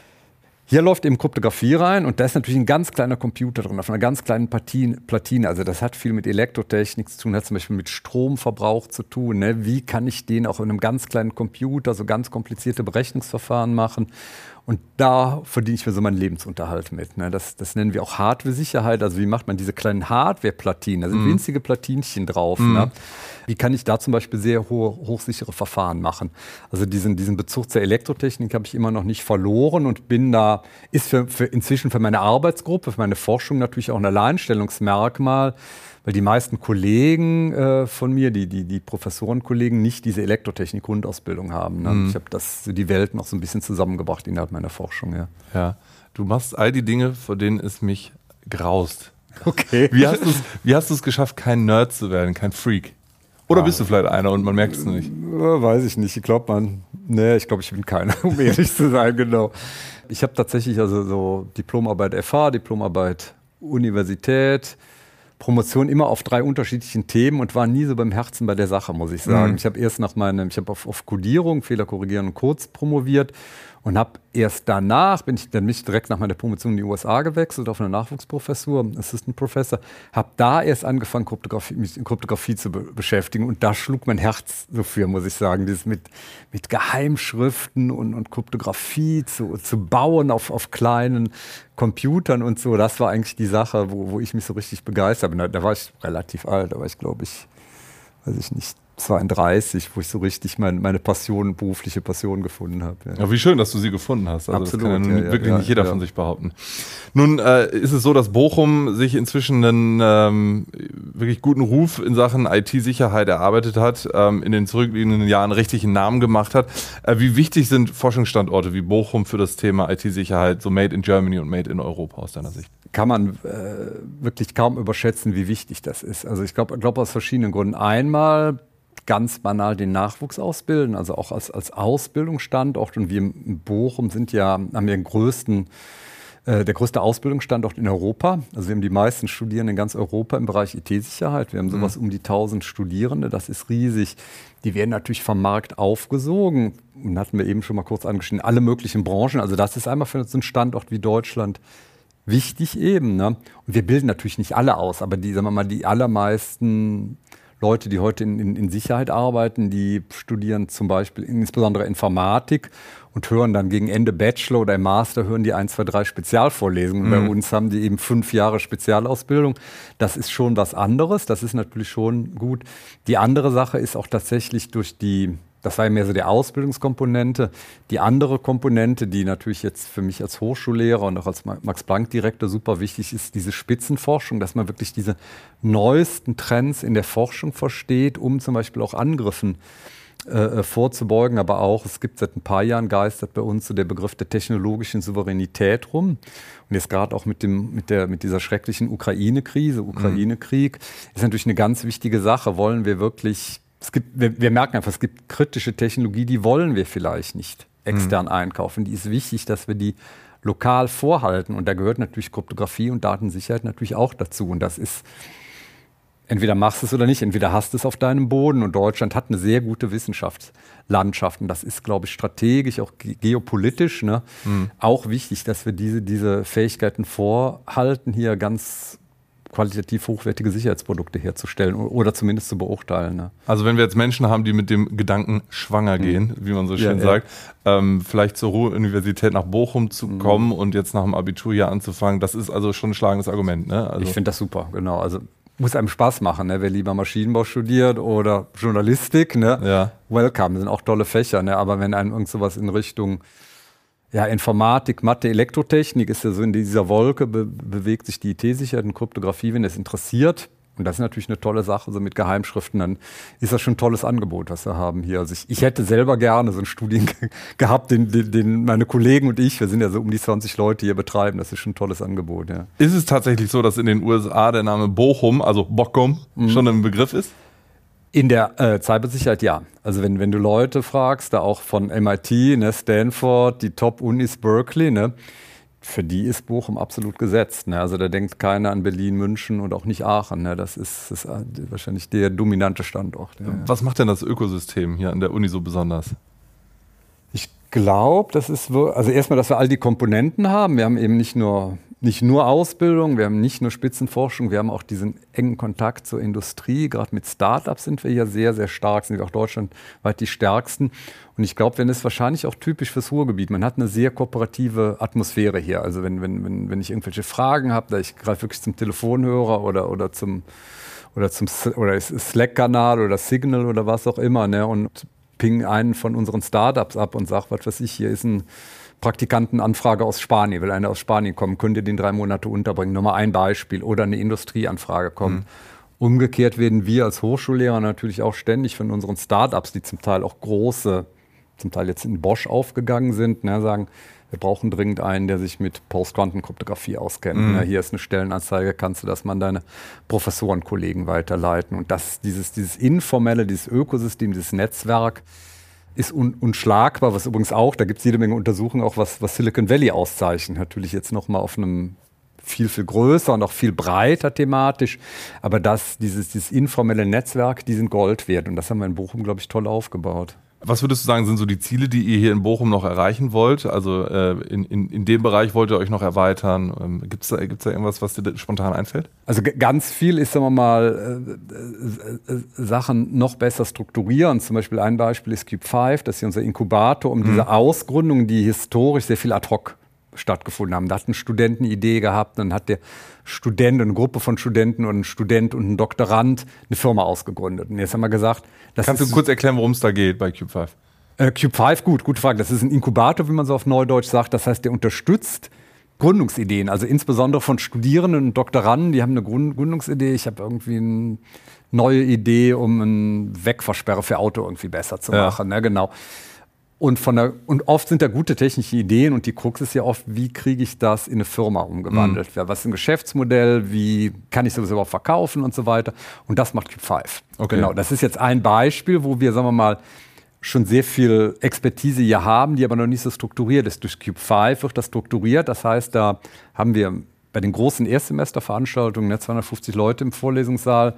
Hier läuft eben Kryptographie rein und da ist natürlich ein ganz kleiner Computer drin, auf einer ganz kleinen Platine. Also das hat viel mit Elektrotechnik zu tun, hat zum Beispiel mit Stromverbrauch zu tun. Ne? Wie kann ich den auch in einem ganz kleinen Computer so ganz komplizierte Berechnungsverfahren machen? Und da verdiene ich mir so meinen Lebensunterhalt mit. Ne? Das, das nennen wir auch Hardware-Sicherheit. Also wie macht man diese kleinen Hardware-Platinen? Da sind mm. winzige Platinchen drauf. Mm. Ne? Wie kann ich da zum Beispiel sehr hohe, hochsichere Verfahren machen? Also diesen, diesen Bezug zur Elektrotechnik habe ich immer noch nicht verloren und bin da, ist für, für inzwischen für meine Arbeitsgruppe, für meine Forschung natürlich auch ein Alleinstellungsmerkmal, weil die meisten Kollegen äh, von mir, die, die, die Professorenkollegen, nicht diese Elektrotechnik-Grundausbildung haben. Ne? Mhm. Ich habe das die Welt noch so ein bisschen zusammengebracht innerhalb meiner Forschung. Ja. Ja, du machst all die Dinge, vor denen es mich graust. Okay. Wie hast du's, wie hast du es geschafft, kein Nerd zu werden, kein Freak? Oder ah. bist du vielleicht einer und man merkt es nicht? Weiß ich nicht. Ich glaube, man, nee, ich glaube, ich bin keiner, um ehrlich zu sein, genau. Ich habe tatsächlich also so Diplomarbeit F H, Diplomarbeit Universität, Promotion immer auf drei unterschiedlichen Themen und war nie so beim Herzen bei der Sache, muss ich sagen. Mhm. Ich habe erst nach meinem, ich habe auf, auf Codierung, Fehler korrigieren und Codes promoviert und habe erst danach, bin ich dann mich direkt nach meiner Promotion in die U S A gewechselt auf eine Nachwuchsprofessur, Assistant Professor, habe da erst angefangen, Kryptographie, mich in Kryptographie zu be beschäftigen und da schlug mein Herz so für, muss ich sagen, dieses mit, mit Geheimschriften und, und Kryptographie zu, zu bauen auf, auf kleinen Computern und so, das war eigentlich die Sache, wo, wo ich mich so richtig begeistert bin. Da, da war ich relativ alt, da war ich, glaube ich, weiß ich nicht, zweiunddreißig, wo ich so richtig mein, meine Passion, berufliche Passion gefunden habe. Ja. Ja, wie schön, dass du sie gefunden hast. Also Absolut, das kann ja, ja, wirklich ja, nicht jeder ja. von sich behaupten. Nun äh, ist es so, dass Bochum sich inzwischen einen ähm, wirklich guten Ruf in Sachen I T-Sicherheit erarbeitet hat, ähm, in den zurückliegenden Jahren richtig einen Namen gemacht hat. Äh, wie wichtig sind Forschungsstandorte wie Bochum für das Thema I T-Sicherheit, so Made in Germany und Made in Europa aus deiner Sicht? Kann man äh, wirklich kaum überschätzen, wie wichtig das ist. Also ich glaube glaub aus verschiedenen Gründen. Einmal ganz banal den Nachwuchs ausbilden, also auch als, als Ausbildungsstandort. Und wir in Bochum sind ja, haben ja den größten, äh, der größte Ausbildungsstandort in Europa. Also wir haben die meisten Studierenden in ganz Europa im Bereich I T-Sicherheit. Wir haben sowas mhm. um die tausend Studierende, das ist riesig. Die werden natürlich vom Markt aufgesogen. Und hatten wir eben schon mal kurz angeschnitten, alle möglichen Branchen. Also das ist einmal für so einen Standort wie Deutschland wichtig eben. Ne? Und wir bilden natürlich nicht alle aus, aber die, sagen wir mal, die allermeisten Leute, die heute in, in, in Sicherheit arbeiten, die studieren zum Beispiel insbesondere Informatik und hören dann gegen Ende Bachelor oder im Master hören die ein, zwei, drei Spezialvorlesungen. Mhm. Bei uns haben die eben fünf Jahre Spezialausbildung. Das ist schon was anderes, das ist natürlich schon gut. Die andere Sache ist auch tatsächlich durch die, das war ja mehr so die Ausbildungskomponente, die andere Komponente, die natürlich jetzt für mich als Hochschullehrer und auch als Max-Planck-Direktor super wichtig ist, diese Spitzenforschung, dass man wirklich diese neuesten Trends in der Forschung versteht, um zum Beispiel auch Angriffen äh, vorzubeugen. Aber auch, es gibt seit ein paar Jahren geistert bei uns so der Begriff der technologischen Souveränität rum. Und jetzt gerade auch mit, dem, mit, der, mit dieser schrecklichen Ukraine-Krise, Ukraine-Krieg, ist natürlich eine ganz wichtige Sache. Wollen wir wirklich Es gibt, wir, wir merken einfach, es gibt kritische Technologie, die wollen wir vielleicht nicht extern mhm. einkaufen. Die ist wichtig, dass wir die lokal vorhalten. Und da gehört natürlich Kryptographie und Datensicherheit natürlich auch dazu. Und das ist, entweder machst du es oder nicht, entweder hast du es auf deinem Boden. Und Deutschland hat eine sehr gute Wissenschaftslandschaft. Und das ist, glaube ich, strategisch, auch ge- geopolitisch, ne, mhm. auch wichtig, dass wir diese, diese Fähigkeiten vorhalten, hier ganz qualitativ hochwertige Sicherheitsprodukte herzustellen oder zumindest zu beurteilen. Ne? Also wenn wir jetzt Menschen haben, die mit dem Gedanken schwanger gehen, mhm. wie man so schön ja, sagt, ja. Ähm, vielleicht zur Ruhr-Universität nach Bochum zu mhm. kommen und jetzt nach dem Abitur hier anzufangen, das ist also schon ein schlagendes Argument. Ne? Also ich finde das super, genau. Also muss einem Spaß machen, ne? Wer lieber Maschinenbau studiert oder Journalistik, ne? Ja. Welcome, das sind auch tolle Fächer, ne? Aber wenn einem irgend sowas in Richtung Ja, Informatik, Mathe, Elektrotechnik ist ja so in dieser Wolke, be bewegt sich die I T-Sicherheit und Kryptographie, wenn es interessiert. Und das ist natürlich eine tolle Sache, so mit Geheimschriften, dann ist das schon ein tolles Angebot, was wir haben hier. Also ich, ich hätte selber gerne so einen Studiengang gehabt, den, den, den meine Kollegen und ich, wir sind ja so um die zwanzig Leute hier betreiben, das ist schon ein tolles Angebot, ja. Ist es tatsächlich so, dass in den U S A der Name Bochum, also Bochum, mhm. schon ein Begriff ist? In der äh, Cybersicherheit ja. Also wenn, wenn du Leute fragst, da auch von M I T, ne, Stanford, die Top-Unis, Berkeley, ne, für die ist Bochum absolut gesetzt. Ne? Also da denkt keiner an Berlin, München und auch nicht Aachen. Ne? Das ist, ist wahrscheinlich der dominante Standort. Ja. Was macht denn das Ökosystem hier an der Uni so besonders? Ich glaube, das ist, also erstmal, dass wir all die Komponenten haben. Wir haben eben nicht nur Nicht nur Ausbildung, wir haben nicht nur Spitzenforschung, wir haben auch diesen engen Kontakt zur Industrie. Gerade mit Startups sind wir hier sehr, sehr stark, sind wir auch deutschlandweit die stärksten. Und ich glaube, wenn es wahrscheinlich auch typisch fürs Ruhrgebiet. Man hat eine sehr kooperative Atmosphäre hier. Also wenn, wenn, wenn, wenn ich irgendwelche Fragen habe, da ich gerade wirklich zum Telefonhörer oder, oder zum, oder zum oder Slack-Kanal oder Signal oder was auch immer, ne, und ping einen von unseren Startups ab und sag, was weiß ich, hier ist ein Praktikantenanfrage aus Spanien, will einer aus Spanien kommen, könnt ihr den drei Monate unterbringen? Nur mal ein Beispiel. Oder eine Industrieanfrage kommt. Mhm. Umgekehrt werden wir als Hochschullehrer natürlich auch ständig von unseren Startups, die zum Teil auch große, zum Teil jetzt in Bosch aufgegangen sind, ne, sagen, wir brauchen dringend einen, der sich mit Postquantenkryptographie auskennt. Mhm. Ne, hier ist eine Stellenanzeige, kannst du das mal an deine Professorenkollegen weiterleiten? Und das, dieses, dieses informelle, dieses Ökosystem, dieses Netzwerk, ist un unschlagbar, was übrigens auch, da gibt es jede Menge Untersuchungen, auch was, was Silicon Valley auszeichnet. Natürlich jetzt nochmal auf einem viel, viel größer und auch viel breiter thematisch. Aber das, dieses, dieses informelle Netzwerk, die sind Gold wert. Und das haben wir in Bochum, glaube ich, toll aufgebaut. Was würdest du sagen, sind so die Ziele, die ihr hier in Bochum noch erreichen wollt? Also äh, in, in, in dem Bereich wollt ihr euch noch erweitern. Ähm, Gibt es da, gibt's da irgendwas, was dir spontan einfällt? Also ganz viel ist, sagen wir mal, äh, äh, Sachen noch besser strukturieren. Zum Beispiel ein Beispiel ist Cube fünf, das ist unser Inkubator, um mhm. diese Ausgründungen, die historisch sehr viel ad hoc stattgefunden haben. Da hat ein Student eine Idee gehabt, dann hat der Student, eine Gruppe von Studenten und ein Student und ein Doktorand eine Firma ausgegründet. Und jetzt haben wir gesagt, das Kannst ist du kurz erklären, worum es da geht bei Cube fünf? Äh, Cube fünf, gut, gute Frage. Das ist ein Inkubator, wie man so auf Neudeutsch sagt. Das heißt, der unterstützt Gründungsideen, also insbesondere von Studierenden und Doktoranden, die haben eine Grund Gründungsidee. Ich habe irgendwie eine neue Idee, um eine Wegversperre für Auto irgendwie besser zu machen. Ja. Ne? Genau. Und, von der, und oft sind da gute technische Ideen und die Krux ist ja oft, wie kriege ich das in eine Firma umgewandelt? Mhm. Was ist ein Geschäftsmodell? Wie kann ich sowas überhaupt verkaufen und so weiter? Und das macht Cube fünf. Okay. Genau, das ist jetzt ein Beispiel, wo wir, sagen wir mal, schon sehr viel Expertise hier haben, die aber noch nicht so strukturiert ist. Durch Cube fünf wird das strukturiert. Das heißt, da haben wir bei den großen Erstsemesterveranstaltungen, ne, zweihundertfünfzig Leute im Vorlesungssaal,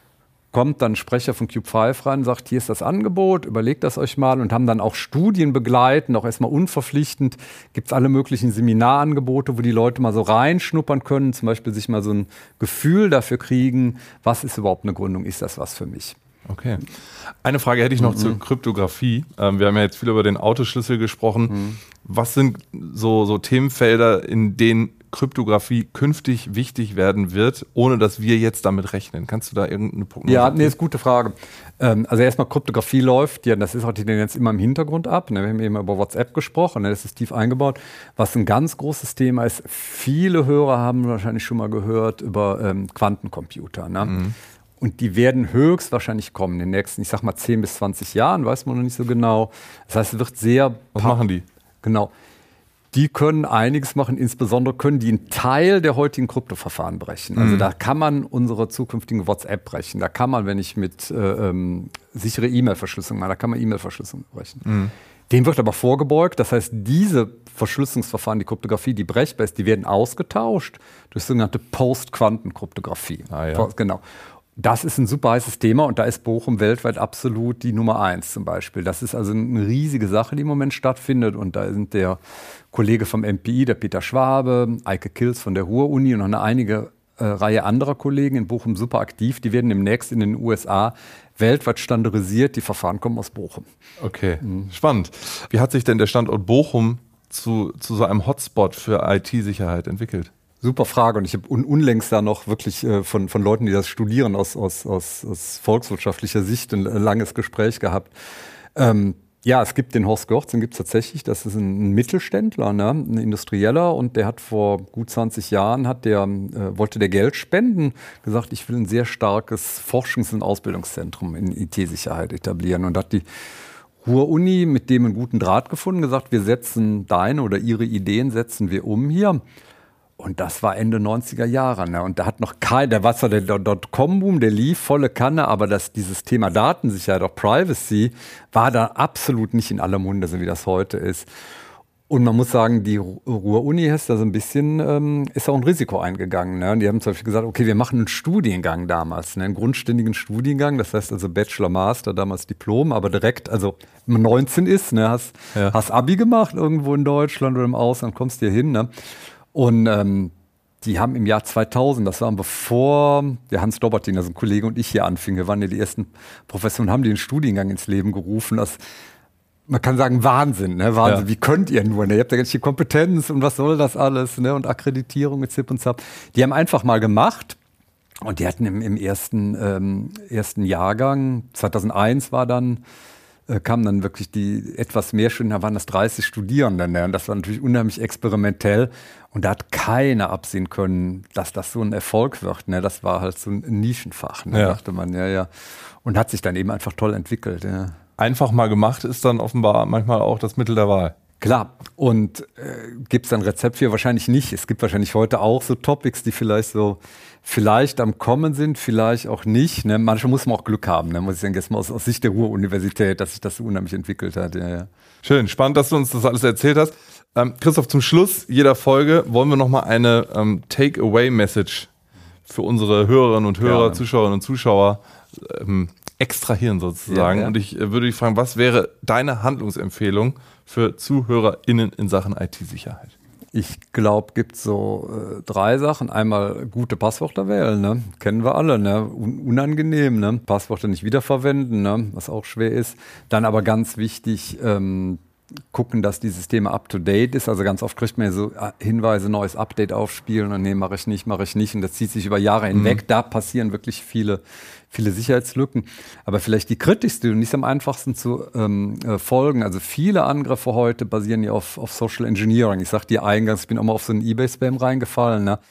kommt dann ein Sprecher von Cube fünf rein, sagt, hier ist das Angebot, überlegt das euch mal, und haben dann auch Studien begleitend, auch erstmal unverpflichtend, gibt es alle möglichen Seminarangebote, wo die Leute mal so reinschnuppern können, zum Beispiel sich mal so ein Gefühl dafür kriegen, was ist überhaupt eine Gründung, ist das was für mich? Okay. Eine Frage hätte ich noch mhm. zur Kryptographie. Ähm, wir haben ja jetzt viel über den Autoschlüssel gesprochen. Mhm. Was sind so, so Themenfelder, in denen Kryptographie künftig wichtig werden wird, ohne dass wir jetzt damit rechnen? Kannst du da irgendeine Prognose? Ja, nee, ist eine gute Frage. Ähm, also erstmal, Kryptographie läuft, ja, das ist auch die Tendenz immer im Hintergrund ab. Ne? Wir haben eben über WhatsApp gesprochen, ne? Das ist tief eingebaut. Was ein ganz großes Thema ist, viele Hörer haben wahrscheinlich schon mal gehört über ähm, Quantencomputer. Ne? Mhm. Und die werden höchstwahrscheinlich kommen in den nächsten, ich sag mal, zehn bis zwanzig Jahren, weiß man noch nicht so genau. Das heißt, es wird sehr... Was machen die? Genau. Die können einiges machen, insbesondere können die einen Teil der heutigen Kryptoverfahren brechen. Also mhm. da kann man unsere zukünftigen WhatsApp brechen. Da kann man, wenn ich mit äh, ähm, sichere E-Mail-Verschlüsselung mache, da kann man E-Mail-Verschlüsselung brechen. Mhm. Dem wird aber vorgebeugt. Das heißt, diese Verschlüsselungsverfahren, die Kryptographie, die brechbar ist, die werden ausgetauscht durch sogenannte Post-Quanten-Kryptographie. Ah, ja. Post, genau. Das ist ein super heißes Thema und da ist Bochum weltweit absolut die Nummer eins zum Beispiel. Das ist also eine riesige Sache, die im Moment stattfindet, und da sind der Kollege vom M P I, der Peter Schwabe, Eike Kills von der Ruhr-Uni und noch eine einige äh, Reihe anderer Kollegen in Bochum super aktiv. Die werden demnächst in den U S A weltweit standardisiert. Die Verfahren kommen aus Bochum. Okay, mhm. Spannend. Wie hat sich denn der Standort Bochum zu, zu so einem Hotspot für I T-Sicherheit entwickelt? Super Frage, und ich habe un unlängst da noch wirklich äh, von, von Leuten, die das studieren, aus, aus, aus, aus volkswirtschaftlicher Sicht ein, ein langes Gespräch gehabt. Ähm, Ja, es gibt den Horst Görz, den gibt es tatsächlich. Das ist ein Mittelständler, ne? Ein Industrieller, und der hat vor gut zwanzig Jahren, hat der, äh, wollte der Geld spenden, gesagt, ich will ein sehr starkes Forschungs- und Ausbildungszentrum in I T-Sicherheit etablieren, und hat die Ruhr-Uni mit dem einen guten Draht gefunden, gesagt, wir setzen deine oder ihre Ideen setzen wir um hier. Und das war Ende neunziger Jahre. Ne? Und da hat noch kein, der war zwar der Dotcom-Boom, der lief volle Kanne, aber das, dieses Thema Datensicherheit, auch Privacy, war da absolut nicht in aller Munde, so wie das heute ist. Und man muss sagen, die Ruhr-Uni ist da so ein bisschen, ähm, ist auch ein Risiko eingegangen. Ne? Und die haben zum Beispiel gesagt, okay, wir machen einen Studiengang damals, ne? Einen grundständigen Studiengang, das heißt also Bachelor, Master, damals Diplom, aber direkt, also wenn man neunzehn ist, ne? hast, ja. hast Abi gemacht irgendwo in Deutschland oder im Ausland, kommst dir hin, ne? Und ähm, die haben im Jahr zweitausend, das war bevor der Hans Dobertin, also ein Kollege, und ich hier anfingen, wir waren ja die ersten Professoren, haben den Studiengang ins Leben gerufen. Das, man kann sagen, Wahnsinn, ne? Wahnsinn. Ja. Wie könnt ihr nur? Ne? Ihr habt ja ganz viel Kompetenz und was soll das alles? Ne? Und Akkreditierung mit Zip und Zap. Die haben einfach mal gemacht, und die hatten im, im ersten, ähm, ersten Jahrgang, zweitausendeins war dann, kamen dann wirklich die etwas mehr Stunden, da waren das dreißig Studierende, ne? Und das war natürlich unheimlich experimentell, und da hat keiner absehen können, dass das so ein Erfolg wird, ne? Das war halt so ein Nischenfach, ne? Ja. Dachte man, ja, ja. Und hat sich dann eben einfach toll entwickelt. Ja. Einfach mal gemacht ist dann offenbar manchmal auch das Mittel der Wahl. Klar, und äh, gibt es ein Rezept für? Wahrscheinlich nicht. Es gibt wahrscheinlich heute auch so Topics, die vielleicht so vielleicht am Kommen sind, vielleicht auch nicht. Ne? Manchmal muss man auch Glück haben, ne? Muss ich sagen, jetzt mal aus, aus Sicht der Ruhr-Universität, dass sich das so unheimlich entwickelt hat. Ja, ja. Schön, spannend, dass du uns das alles erzählt hast. Ähm, Christoph, zum Schluss jeder Folge wollen wir nochmal eine ähm, Take-Away-Message für unsere Hörerinnen und Hörer, ja, Zuschauerinnen und Zuschauer ähm, extrahieren sozusagen. Ja, ja. Und ich äh, würde dich fragen, was wäre deine Handlungsempfehlung für ZuhörerInnen in Sachen I T-Sicherheit? Ich glaube, gibt so äh, drei Sachen. Einmal gute Passwörter wählen, ne? Kennen wir alle, ne? Un- unangenehm, ne? Passwörter nicht wiederverwenden, ne? Was auch schwer ist. Dann aber ganz wichtig, ähm, gucken, dass die Systeme up-to-date ist. Also ganz oft kriegt man ja so Hinweise, neues Update aufspielen, und nee, mache ich nicht, mache ich nicht. Und das zieht sich über Jahre hinweg. Mhm. Da passieren wirklich viele, viele Sicherheitslücken. Aber vielleicht die kritischste und nicht am einfachsten zu ähm, äh, folgen. Also viele Angriffe heute basieren ja auf, auf Social Engineering. Ich sagte dir eingangs, ich bin auch mal auf so einen eBay-Spam reingefallen, ne?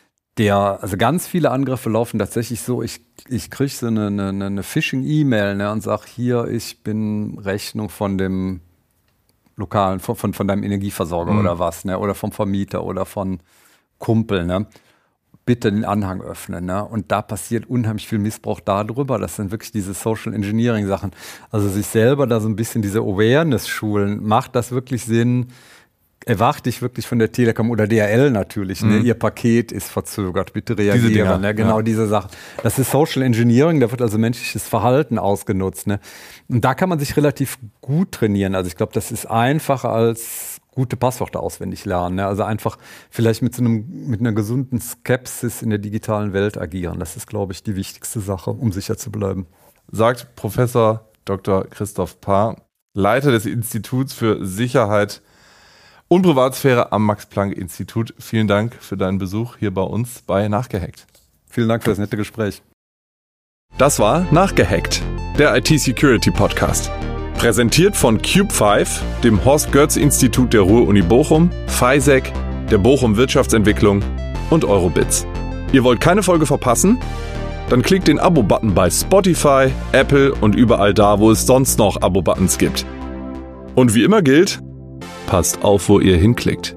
Der, also ganz viele Angriffe laufen tatsächlich so, ich, ich kriege so eine, eine, eine Phishing-E-Mail, ne, und sage, hier, ich bin Rechnung von dem lokalen, von, von, von deinem Energieversorger, mhm, oder was, ne? Oder vom Vermieter oder von Kumpel, ne? Bitte den Anhang öffnen, ne? Und da passiert unheimlich viel Missbrauch darüber. Das sind wirklich diese Social Engineering Sachen. Also sich selber da so ein bisschen diese Awareness schulen. Macht das wirklich Sinn? Erwarte ich wirklich von der Telekom oder D H L natürlich, mhm, ne? Ihr Paket ist verzögert, bitte reagieren. Diese Dinger, ne? Genau, ja, diese Sachen. Das ist Social Engineering, da wird also menschliches Verhalten ausgenutzt, ne? Und da kann man sich relativ gut trainieren. Also ich glaube, das ist einfacher als gute Passwörter auswendig lernen, ne? Also einfach vielleicht mit so einem, mit einer gesunden Skepsis in der digitalen Welt agieren. Das ist, glaube ich, die wichtigste Sache, um sicher zu bleiben. Sagt Professor Doktor Christoph Paar, Leiter des Instituts für Sicherheit und Privatsphäre am Max-Planck-Institut. Vielen Dank für deinen Besuch hier bei uns bei Nachgehackt. Vielen Dank für das nette Gespräch. Das war Nachgehackt, der I T-Security-Podcast. Präsentiert von Cube fünf, dem Horst-Görz-Institut der Ruhr-Uni Bochum, FISEC, der Bochum Wirtschaftsentwicklung und Eurobits. Ihr wollt keine Folge verpassen? Dann klickt den Abo-Button bei Spotify, Apple und überall da, wo es sonst noch Abo-Buttons gibt. Und wie immer gilt, passt auf, wo ihr hinklickt.